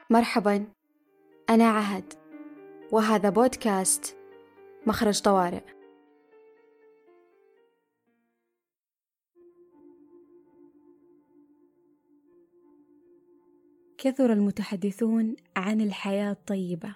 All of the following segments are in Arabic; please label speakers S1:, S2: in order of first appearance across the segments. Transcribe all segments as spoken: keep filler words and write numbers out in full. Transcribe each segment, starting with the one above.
S1: مرحباً، أنا عهد، وهذا بودكاست مخرج طوارئ.
S2: كثر المتحدثون عن الحياة الطيبة،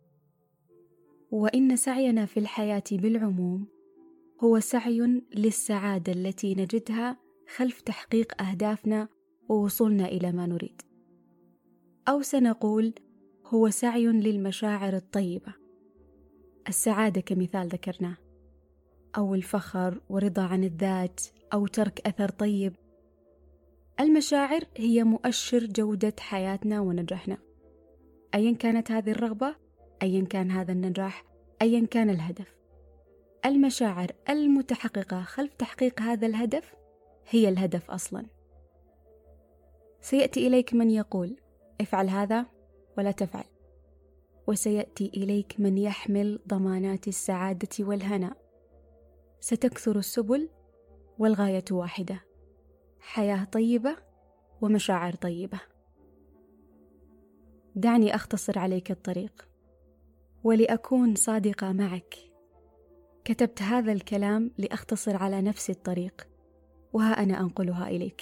S2: وإن سعينا في الحياة بالعموم هو سعي للسعادة التي نجدها خلف تحقيق أهدافنا ووصولنا إلى ما نريد، أو سنقول هو سعي للمشاعر الطيبة، السعادة كمثال ذكرناه، أو الفخر ورضا عن الذات، أو ترك أثر طيب. المشاعر هي مؤشر جودة حياتنا ونجاحنا، أيا كانت هذه الرغبة، أيا كان هذا النجاح، أيا كان الهدف. المشاعر المتحققة خلف تحقيق هذا الهدف هي الهدف أصلا. سيأتي إليك من يقول افعل هذا ولا تفعل، وسيأتي إليك من يحمل ضمانات السعادة والهناء. ستكثر السبل والغاية واحدة، حياة طيبة ومشاعر طيبة. دعني أختصر عليك الطريق، ولأكون صادقة معك، كتبت هذا الكلام لأختصر على نفسي الطريق، وها أنا أنقلها إليك.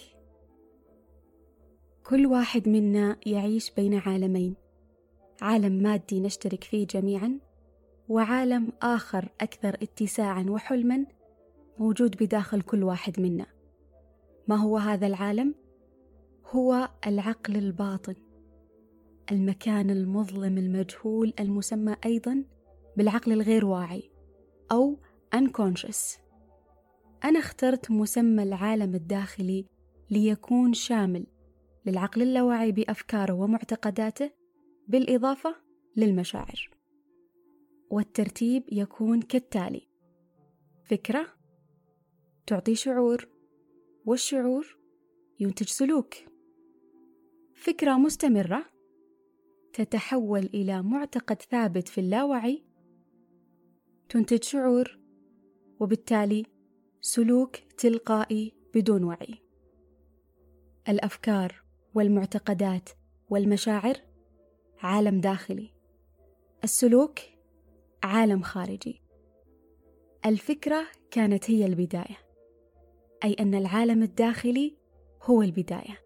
S2: كل واحد منا يعيش بين عالمين، عالم مادي نشترك فيه جميعا، وعالم آخر أكثر اتساعا وحلما موجود بداخل كل واحد منا. ما هو هذا العالم؟ هو العقل الباطن، المكان المظلم المجهول المسمى أيضا بالعقل الغير واعي أو unconscious. أنا اخترت مسمى العالم الداخلي ليكون شامل للعقل اللاواعي بأفكاره ومعتقداته، بالإضافة للمشاعر. والترتيب يكون كالتالي: فكرة تعطي شعور، والشعور ينتج سلوك. فكرة مستمرة تتحول إلى معتقد ثابت في اللاوعي، تنتج شعور، وبالتالي سلوك تلقائي بدون وعي. الأفكار والمعتقدات والمشاعر عالم داخلي، السلوك عالم خارجي. الفكرة كانت هي البداية، أي أن العالم الداخلي هو البداية.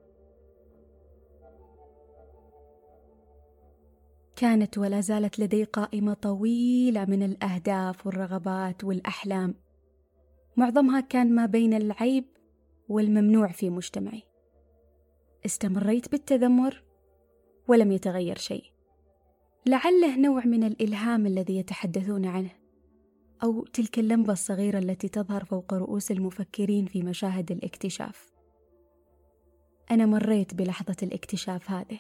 S2: كانت ولا زالت لدي قائمة طويلة من الأهداف والرغبات والأحلام، معظمها كان ما بين العيب والممنوع في مجتمعي. استمريت بالتذمر ولم يتغير شيء. لعله نوع من الإلهام الذي يتحدثون عنه، أو تلك اللمبة الصغيرة التي تظهر فوق رؤوس المفكرين في مشاهد الاكتشاف. أنا مريت بلحظة الاكتشاف هذه،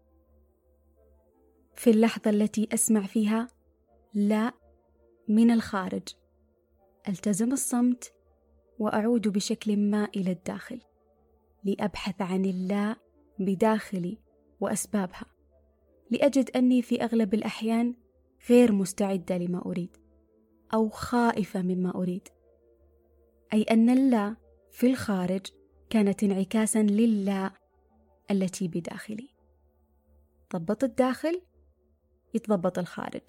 S2: في اللحظة التي أسمع فيها لا من الخارج، ألتزم الصمت وأعود بشكل ما إلى الداخل لأبحث عن اللا بداخلي وأسبابها، لأجد أني في أغلب الأحيان غير مستعدة لما أريد، أو خائفة مما أريد، أي أن اللا في الخارج كانت انعكاسا لللا التي بداخلي. ضبط الداخل يتضبط الخارج.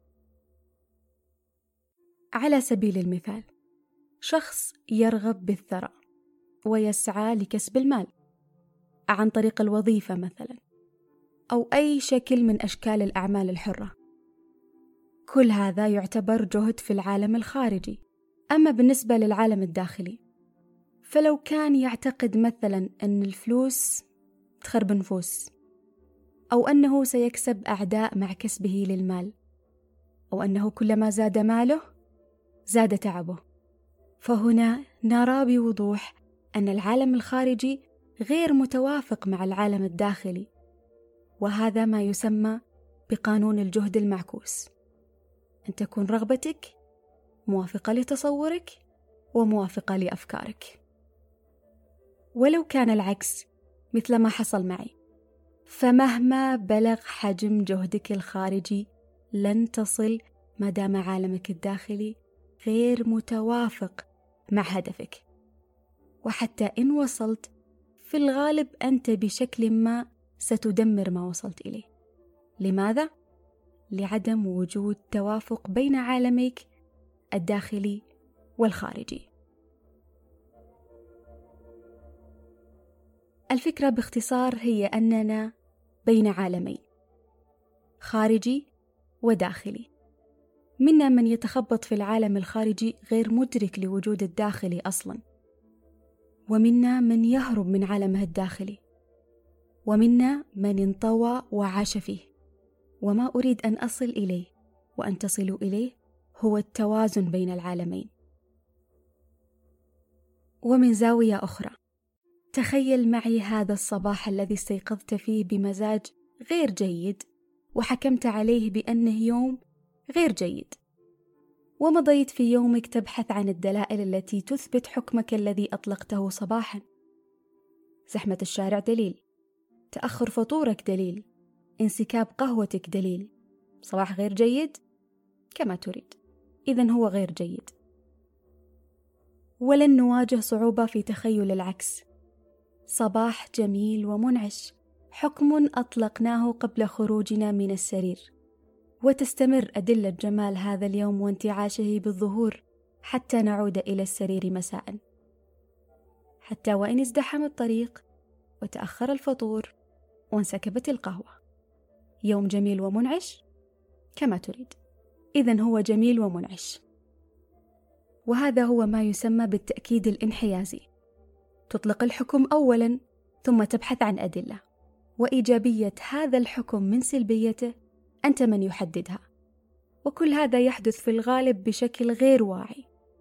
S2: على سبيل المثال، شخص يرغب بالثراء ويسعى لكسب المال عن طريق الوظيفة مثلا، أو أي شكل من أشكال الأعمال الحرة. كل هذا يعتبر جهد في العالم الخارجي. أما بالنسبة للعالم الداخلي، فلو كان يعتقد مثلا أن الفلوس تخرب نفوس، أو أنه سيكسب أعداء مع كسبه للمال، أو أنه كلما زاد ماله زاد تعبه، فهنا نرى بوضوح أن العالم الخارجي غير متوافق مع العالم الداخلي، وهذا ما يسمى بقانون الجهد المعكوس، أن تكون رغبتك موافقة لتصورك وموافقة لأفكارك. ولو كان العكس مثل ما حصل معي، فمهما بلغ حجم جهدك الخارجي لن تصل ما دام عالمك الداخلي غير متوافق مع هدفك. وحتى إن وصلت، في الغالب أنت بشكل ما ستدمر ما وصلت إليه. لماذا؟ لعدم وجود توافق بين عالميك الداخلي والخارجي. الفكرة باختصار هي أننا بين عالمين، خارجي وداخلي. منا من يتخبط في العالم الخارجي غير مدرك لوجود الداخلي أصلاً، ومنا من يهرب من عالمه الداخلي، ومنا من انطوى وعاش فيه. وما أريد أن أصل إليه وأن تصلوا إليه هو التوازن بين العالمين. ومن زاوية أخرى، تخيل معي هذا الصباح الذي استيقظت فيه بمزاج غير جيد وحكمت عليه بأنه يوم غير جيد، ومضيت في يومك تبحث عن الدلائل التي تثبت حكمك الذي أطلقته صباحا. زحمة الشارع دليل، تأخر فطورك دليل، انسكاب قهوتك دليل. صباح غير جيد كما تريد، إذن هو غير جيد. ولن نواجه صعوبة في تخيل العكس. صباح جميل ومنعش، حكم أطلقناه قبل خروجنا من السرير، وتستمر أدلة جمال هذا اليوم وانتعاشه بالظهور حتى نعود إلى السرير مساء، حتى وإن ازدحم الطريق وتأخر الفطور وانسكبت القهوة. يوم جميل ومنعش كما تريد، إذن هو جميل ومنعش. وهذا هو ما يسمى بالتأكيد الانحيازي. تطلق الحكم أولا ثم تبحث عن أدلة، وإيجابية هذا الحكم من سلبيته أنت من يحددها، وكل هذا يحدث في الغالب بشكل غير واعي.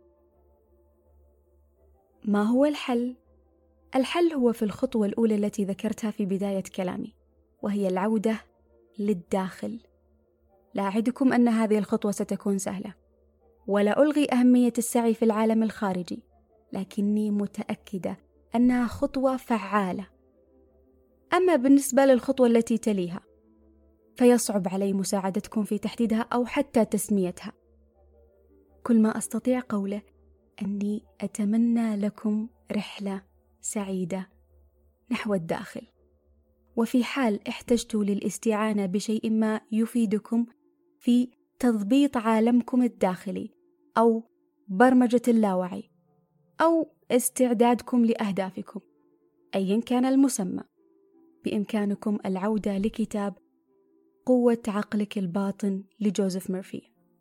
S2: ما هو الحل؟ الحل هو في الخطوة الأولى التي ذكرتها في بداية كلامي، وهي العودة للداخل. لا أعدكم أن هذه الخطوة ستكون سهلة، ولا ألغي أهمية السعي في العالم الخارجي، لكني متأكدة أنها خطوة فعالة. أما بالنسبة للخطوة التي تليها فيصعب علي مساعدتكم في تحديدها أو حتى تسميتها. كل ما أستطيع قوله أني أتمنى لكم رحلة سعيدة نحو الداخل، وفي حال احتجتوا للاستعانة بشيء ما يفيدكم في تضبيط عالمكم الداخلي أو برمجة اللاوعي أو استعدادكم لأهدافكم، أيا كان المسمى، بإمكانكم العودة لكتاب قوة عقلك الباطن لجوزيف ميرفي.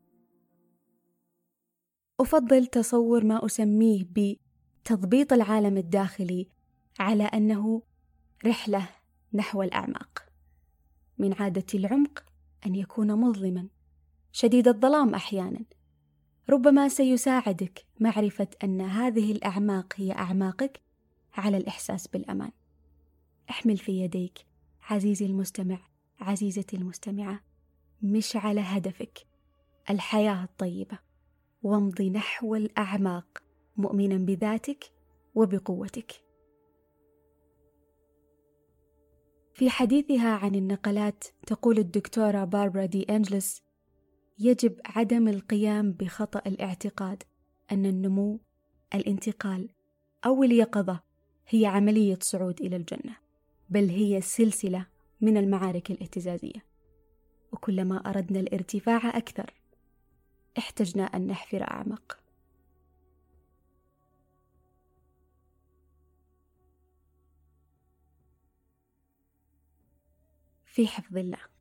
S2: أفضل تصور ما أسميه بتضبيط العالم الداخلي على أنه رحلة نحو الأعماق. من عادة العمق أن يكون مظلما شديد الظلام أحيانا. ربما سيساعدك معرفة أن هذه الأعماق هي أعماقك على الإحساس بالأمان. احمل في يديك عزيزي المستمع، عزيزتي المستمعة، مشعل هدفك، الحياة الطيبة، وامضي نحو الأعماق مؤمنا بذاتك وبقوتك. في حديثها عن النقلات تقول الدكتورة باربرا دي أنجلس: يجب عدم القيام بخطأ الاعتقاد أن النمو، الانتقال أو اليقظة هي عملية صعود إلى الجنة، بل هي سلسلة من المعارك الاهتزازية، وكلما أردنا الارتفاع أكثر احتجنا أن نحفر أعمق. في حفظ الله.